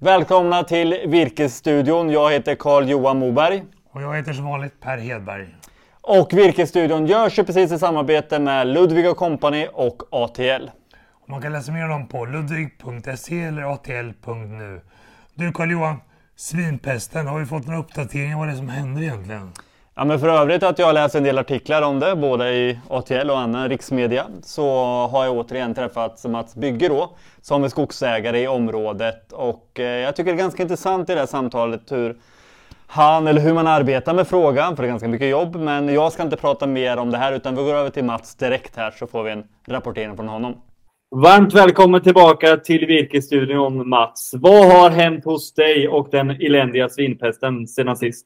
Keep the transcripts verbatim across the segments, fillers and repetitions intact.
Välkomna till Virkesstudion. Jag heter Carl-Johan Moberg. Och jag heter som vanligt Per Hedberg. Och Virkesstudion görs ju precis i samarbete med Ludvig och Company och A T L. Man kan läsa mer om dem på ludvig punkt se eller a t l punkt nu. Du Carl-Johan, svinpesten, har vi fått några uppdateringar vad det är som händer egentligen? Ja, men för övrigt att jag har läst en del artiklar om det, både i A T L och annan riksmedia, så har jag återigen träffat Mats Bygge då, som är skogsägare i området. Och eh, jag tycker det är ganska intressant i det här samtalet hur han eller hur man arbetar med frågan, för det är ganska mycket jobb. Men jag ska inte prata mer om det här utan vi går över till Mats direkt här så får vi en rapportering från honom. Varmt välkommen tillbaka till Virkesstudion, Mats. Vad har hänt hos dig och den eländiga svinpesten sedan sist?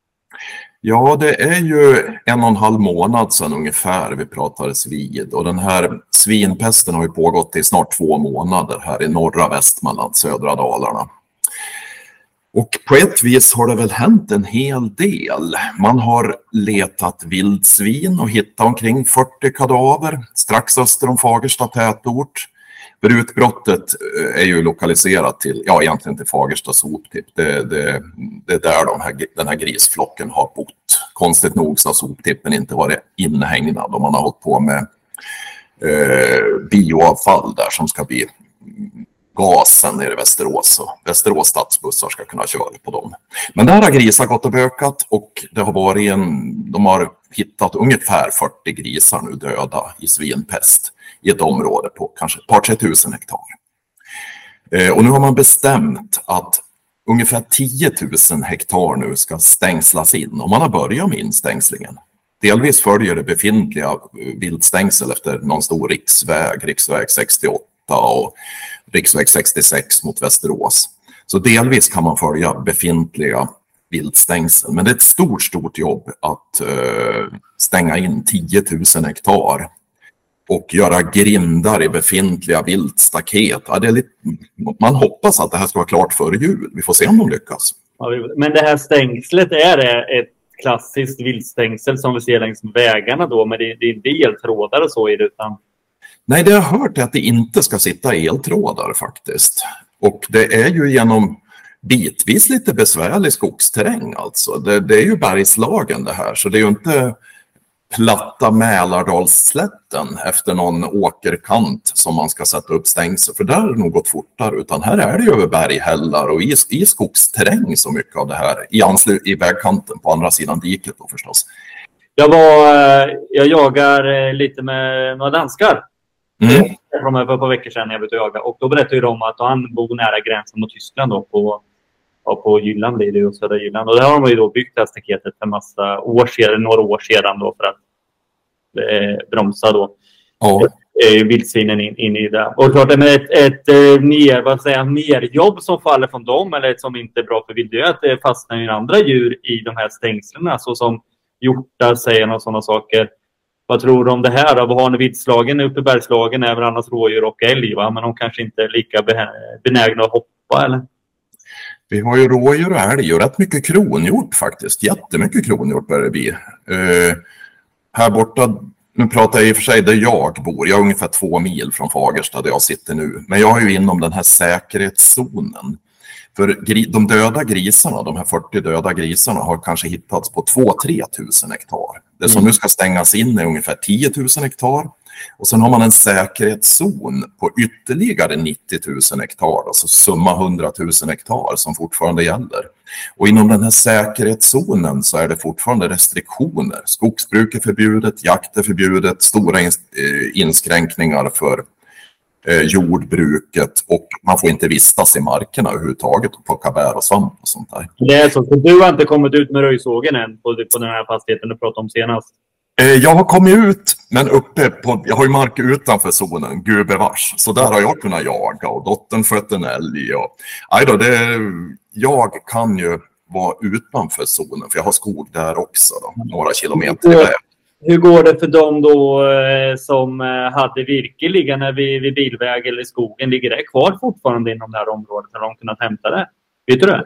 Ja, det är ju en och en halv månad sedan ungefär vi pratades vid. Och den här svinpesten har ju pågått i snart två månader här i norra Västmanland, södra Dalarna. Och på ett vis har det väl hänt en hel del. Man har letat vildsvin och hittat omkring fyrtio kadaver strax öster om Fagersta tätort. För utbrottet är ju lokaliserat till, ja egentligen till Fagersta soptipp. Det, det, det är där de här, den här grisflocken har bott. Konstigt nog så har soptippen inte varit inhägnad och man har hållit på med eh, bioavfall där som ska bli gasen nere i Västerås. Och Västerås stadsbussar ska kunna köra på dem. Men där har grisar gått och bökat och det har varit en, de har hittat ungefär fyrtio grisar nu döda i svinpest i ett område på kanske ett par tre tusen hektar. Eh, och nu har man bestämt att ungefär tio tusen hektar nu ska stängslas in och man har börjat med instängslingen. Delvis följer det befintliga viltstängsel efter någon stor riksväg, riksväg sextioåtta och riksväg sextiosex mot Västerås. Så delvis kan man följa befintliga viltstängsel. Men det är ett stort, stort jobb att uh, stänga in tio tusen hektar och göra grindar i befintliga viltstaket. Ja, det är lite, man hoppas att det här ska vara klart före jul. Vi får se om de lyckas. Men det här stängslet, är det ett klassiskt viltstängsel som vi ser längs vägarna då? Men det, det är inte eltrådar och så i det utan... Nej, det jag har hört är att det inte ska sitta eltrådar faktiskt. Och det är ju genom bitvis lite besvärlig skogsterräng alltså. Det, det är ju bergslagen det här, så det är ju inte platta Mälardalsslätten efter någon åkerkant som man ska sätta upp stängsel. För där är det nog gått fortare, utan här är det ju över berghällar och i, i skogsterräng så mycket av det här. I anslut i vägkanten på andra sidan diket då förstås. Jag, var, jag jagar lite med några danskar. Mm. Från mig för ett par veckor sedan när jag var ute och jaga. Och då berättade de att han bor nära gränsen mot Tyskland då på, ja, på Jylland blir det och södra Jylland. Och där har de ju då byggt det här staketet för en massa år sedan, några år sedan då för att eh, bromsa då oh. eh, vildsvinen in, in i det. Och klart det med ett, ett, ett mer, vad säger jag, mer jobb som faller från dem eller ett som inte är bra för vilddjur att det fastnar ju andra djur i de här stängslen så som hjortar, säger och sådana saker. Vad tror du om det här då? Vad har ni viltslagen uppe i bergslagen? Även annars rådjur och älg va? Men de kanske inte är lika benägna att hoppa eller? Vi har ju rådjur och älg och rätt mycket kronhjort faktiskt. Jättemycket kronhjort börjar det bli. Uh, här borta, nu pratar jag i och för sig där jag bor. Jag är ungefär två mil från Fagersta där jag sitter nu. Men jag är ju inom den här säkerhetszonen. För de döda grisarna, de här fyrtio döda grisarna har kanske hittats på två till tre tusen hektar. Det som mm. nu ska stängas in är ungefär tio tusen hektar. Och sen har man en säkerhetszon på ytterligare nittio tusen hektar. Alltså summa hundra tusen hektar som fortfarande gäller. Och inom den här säkerhetszonen så är det fortfarande restriktioner. Skogsbruk är förbjudet, jakt är förbjudet, stora inskränkningar för jordbruket och man får inte vistas i markerna överhuvudtaget och plocka bär och svamp och sånt där. Det är så, så du har inte kommit ut med röjsågen än på, på den här fastigheten du pratade om senast? Jag har kommit ut, men uppe på, jag har ju mark utanför zonen, gubevars. Så där har jag kunnat jaga och dottern sköt en älg. Och, aj då, det, jag kan ju vara utanför zonen för jag har skog där också då, några kilometer iväg. Hur går det för dem då eh, som eh, hade virke liggande vid, vid bilväg eller i skogen? Ligger det kvar fortfarande inom det här området? Har de kunnat hämta det? Vet du det?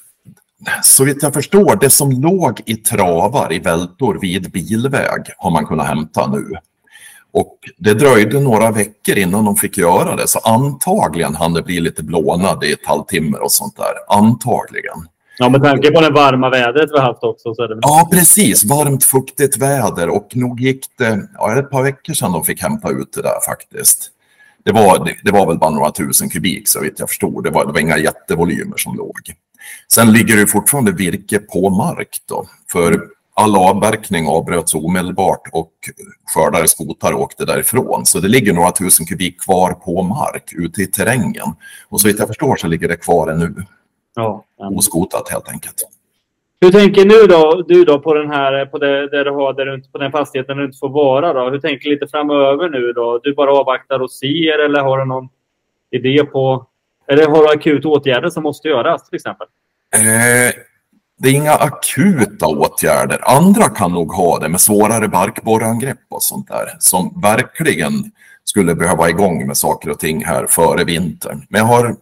Så vitt jag förstår, det som låg i travar i vältor vid bilväg har man kunnat hämta nu. Och det dröjde några veckor innan de fick göra det. Så antagligen hann det bli lite blånad i ett halvtimme och sånt där. Antagligen. Ja, med tanke på det varma vädret vi har haft också. Så är det... Ja, precis. Varmt, fuktigt väder. Och nog gick det, ja, ett par veckor sedan de fick hämta ut det där faktiskt. Det var, det, det var väl bara några tusen kubik så vitt jag förstod. Det var, det var inga jättevolymer som låg. Sen ligger det fortfarande virke på mark då. För all avverkning avbröts omedelbart och skördare skotare åkte därifrån. Så det ligger några tusen kubik kvar på mark ute i terrängen. Och så vitt jag förstår så ligger det kvar ännu. Ja. Oskotat helt enkelt. Hur tänker nu då, du då på den här, på, det, där du har, där du inte, på den fastigheten du inte får vara då? Hur tänker du lite framöver nu då? Du bara avvaktar och ser eller har du någon idé på, eller har du akuta åtgärder som måste göras till exempel? Eh, det är inga akuta åtgärder. Andra kan nog ha det med svårare barkborreangrepp och sånt där som verkligen skulle behöva igång med saker och ting här före vintern. Men jag har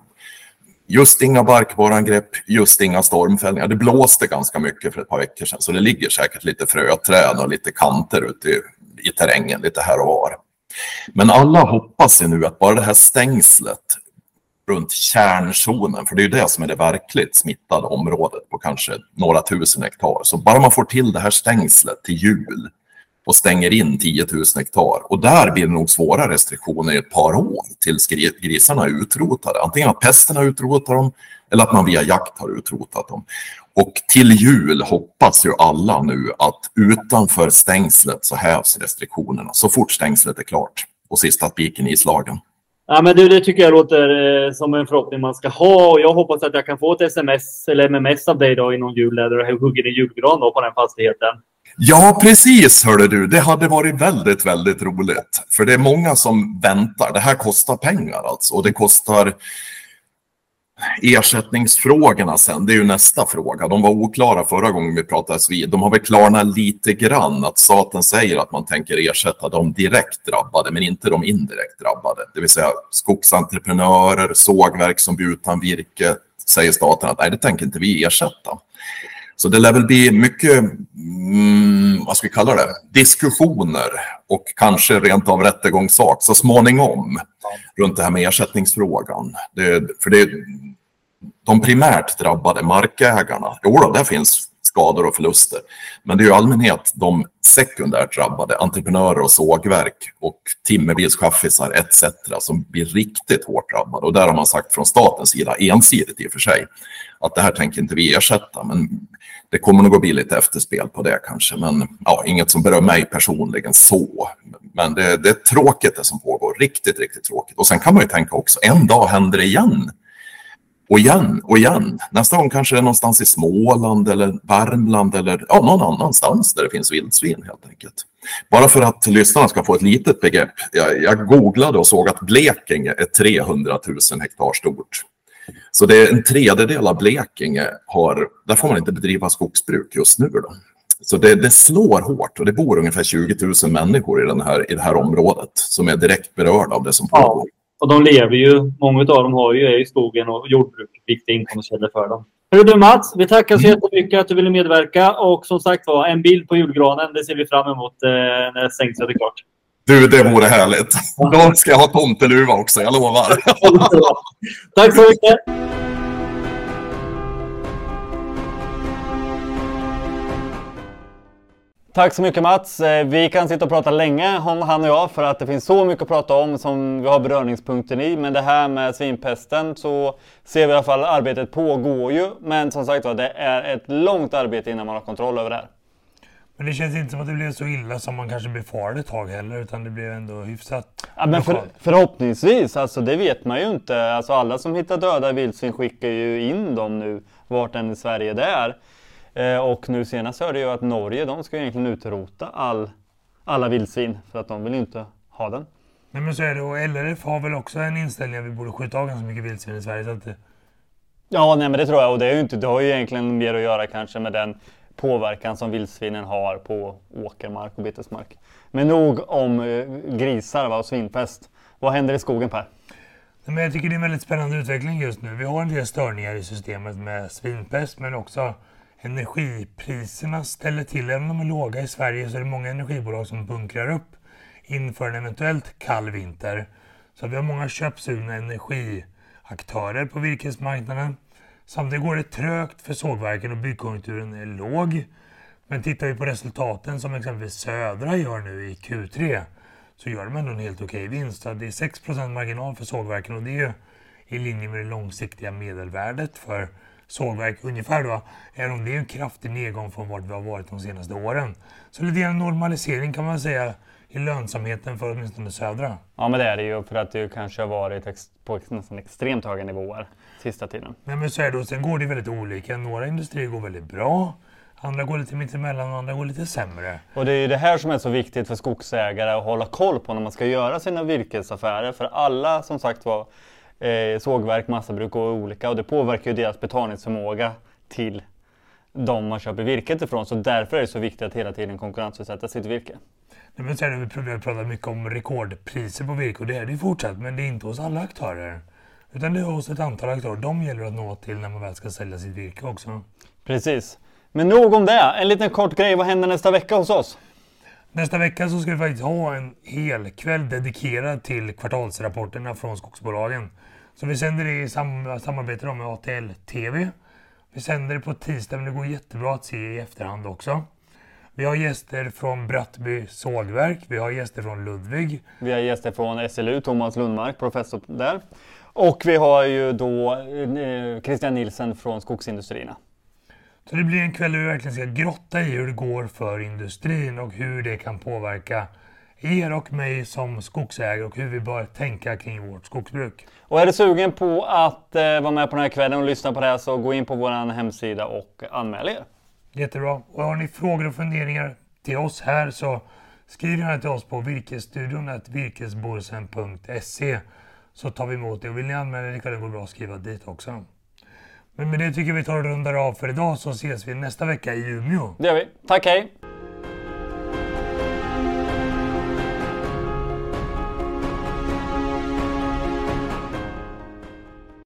just inga barkborreangrepp, just inga stormfällningar. Det blåste ganska mycket för ett par veckor sedan så det ligger säkert lite fröträd och lite kanter ute i, i terrängen lite här och var. Men alla hoppas ju nu att bara det här stängslet runt kärnzonen, för det är ju det som är det verkligt smittade området på kanske några tusen hektar. Så bara man får till det här stängslet till jul och stänger in tio tusen hektar. Och där blir det nog svåra restriktioner i ett par år tills grisarna är utrotade. Antingen att pesten har utrotat dem eller att man via jakt har utrotat dem. Och till jul hoppas ju alla nu att utanför stängslet så hävs restriktionerna så fort stängslet är klart och sista spiken i islagen. Ja, men det, det tycker jag låter eh, som en förhoppning man ska ha. Och jag hoppas att jag kan få ett sms eller M M S av dig då inom jul där du hugger en julgran då på den fastigheten. Ja, precis hörde du. Det hade varit väldigt, väldigt roligt. För det är många som väntar. Det här kostar pengar alltså. Och det kostar ersättningsfrågorna sen. Det är ju nästa fråga. De var oklara förra gången vi pratades vid. De har väl klarnat lite grann att staten säger att man tänker ersätta de direkt drabbade men inte de indirekt drabbade. Det vill säga skogsentreprenörer, sågverk som blir utan virke säger staten att nej, det tänker inte vi ersätta. Så det lär väl bli mycket, mm, vad ska vi kalla det, diskussioner och kanske rent av rättegångssak så småningom runt det här med ersättningsfrågan. Det, för det, de primärt drabbade markägarna, jo då, där finns skador och förluster. Men det är ju allmänhet de sekundärt drabbade, entreprenörer och sågverk och timmerbilschaffisar et cetera som blir riktigt hårt drabbade. Och där har man sagt från statens sida, ensidigt i och för sig, att det här tänker inte vi ersätta. Men det kommer nog att bli lite efterspel på det kanske. Men ja, inget som berör mig personligen så. Men det, det är tråkigt det som pågår, riktigt, riktigt tråkigt. Och sen kan man ju tänka också, en dag händer det igen. Och igen och igen. Nästa gång kanske det är någonstans i Småland eller Värmland eller ja, någon annanstans där det finns vildsvin helt enkelt. Bara för att lyssnarna ska få ett litet begrepp. Jag, jag googlade och såg att Blekinge är trehundratusen hektar stort. Så det är en tredjedel av Blekinge har, där får man inte bedriva skogsbruk just nu då. Så det, det slår hårt och det bor ungefär tjugo tusen människor i, den här, i det här området som är direkt berörda av det som pågår. Ja. Och de lever ju, många av dem har ju är i skogen och jordbruk, viktiga inkomstkällor för dem. Hörru du Mats, vi tackar så jättemycket att du ville medverka och som sagt var, en bild på julgranen, det ser vi fram emot eh, när stängslet är klart. Du, det vore härligt. Då ska jag ha tomteluva också, jag lovar. Tack så mycket! Tack så mycket Mats. Vi kan sitta och prata länge om han och jag för att det finns så mycket att prata om som vi har beröringspunkten i. Men det här med svinpesten så ser vi i alla fall arbetet pågår ju. Men som sagt det är ett långt arbete innan man har kontroll över det här. Men det känns inte som att det blev så illa som man kanske befarade ett tag heller, utan det blev ändå hyfsat. Ja, men för, förhoppningsvis, alltså det vet man ju inte. Alltså alla som hittar döda vildsvin skickar ju in dem nu vart än i Sverige det är. Eh, och nu senast hörde jag att Norge, de ska egentligen utrota all, alla vildsvin för att de vill ju inte ha den. Nej men så är det, och L R F har väl också en inställning att vi borde skjuta av ganska mycket vildsvin i Sverige. Så att det... Ja, nej men det tror jag, och det, är ju inte, det har ju egentligen mer att göra kanske med den påverkan som vildsvinen har på åkermark och betesmark. Men nog om eh, grisar va, och svinpest. Vad händer i skogen Per? Men jag tycker det är en väldigt spännande utveckling just nu. Vi har en del störningar i systemet med svinpest, men också energipriserna ställer till. Även om de är låga i Sverige så är det många energibolag som bunkrar upp inför en eventuellt kall vinter. Så vi har många köpsugna energiaktörer på virkesmarknaden. Samtidigt går det trögt för sågverken och byggkonjunkturen är låg. Men tittar vi på resultaten som exempelvis Södra gör nu i Q tre så gör de ändå en helt okej vinst. Så det är sex procent marginal för sågverken och det är ju i linje med det långsiktiga medelvärdet för sågverk ungefär då. Även om det är en kraftig nedgång från vart vi har varit de senaste åren. Så det är en normalisering kan man säga i lönsamheten för åtminstone Södra. Ja, men det är det ju för att det kanske har varit ex- på nästan extremt höga nivåer sista tiden. Nej, men så är det och sen går det väldigt olika. Några industrier går väldigt bra. Andra går lite mittemellan och andra går lite sämre. Och det är ju det här som är så viktigt för skogsägare att hålla koll på när man ska göra sina virkesaffärer. För alla som sagt var eh, sågverk, massabruk och olika och det påverkar ju deras betalningsförmåga till de man köper virket ifrån. Så därför är det så viktigt att hela tiden konkurrensutsätta sitt virke. Nej, men så är det, vi har pratat mycket om rekordpriser på virke och det är det fortsatt. Men det är inte hos alla aktörer. Utan det är hos ett antal aktörer. De gäller att nå till när man väl ska sälja sitt virke också. Precis. Men nog om det. En liten kort grej. Vad händer nästa vecka hos oss? Nästa vecka så ska vi faktiskt ha en hel kväll dedikerad till kvartalsrapporterna från skogsbolagen. Så vi sänder det i sam- samarbete med A T L T V. Vi sänder det på tisdag men det går jättebra att se i efterhand också. Vi har gäster från Brattby sågverk. Vi har gäster från Ludvig. Vi har gäster från S L U, Thomas Lundmark, professor där. Och vi har ju då eh, Christian Nilsen från Skogsindustrierna. Så det blir en kväll där vi verkligen ska grotta i hur det går för industrin och hur det kan påverka er och mig som skogsägare och hur vi bör tänka kring vårt skogsbruk. Och är du sugen på att eh, vara med på den här kvällen och lyssna på det här så gå in på vår hemsida och anmäl er. Jättebra. Och har ni frågor och funderingar till oss här så skriv gärna till oss på virkesstudion at virkesborsen punkt se så tar vi emot det. Och vill ni anmäla det kan det gå bra att skriva dit också. Men med det tycker vi tar och rundar av för idag så ses vi nästa vecka i Umeå. Det gör vi. Tack, hej!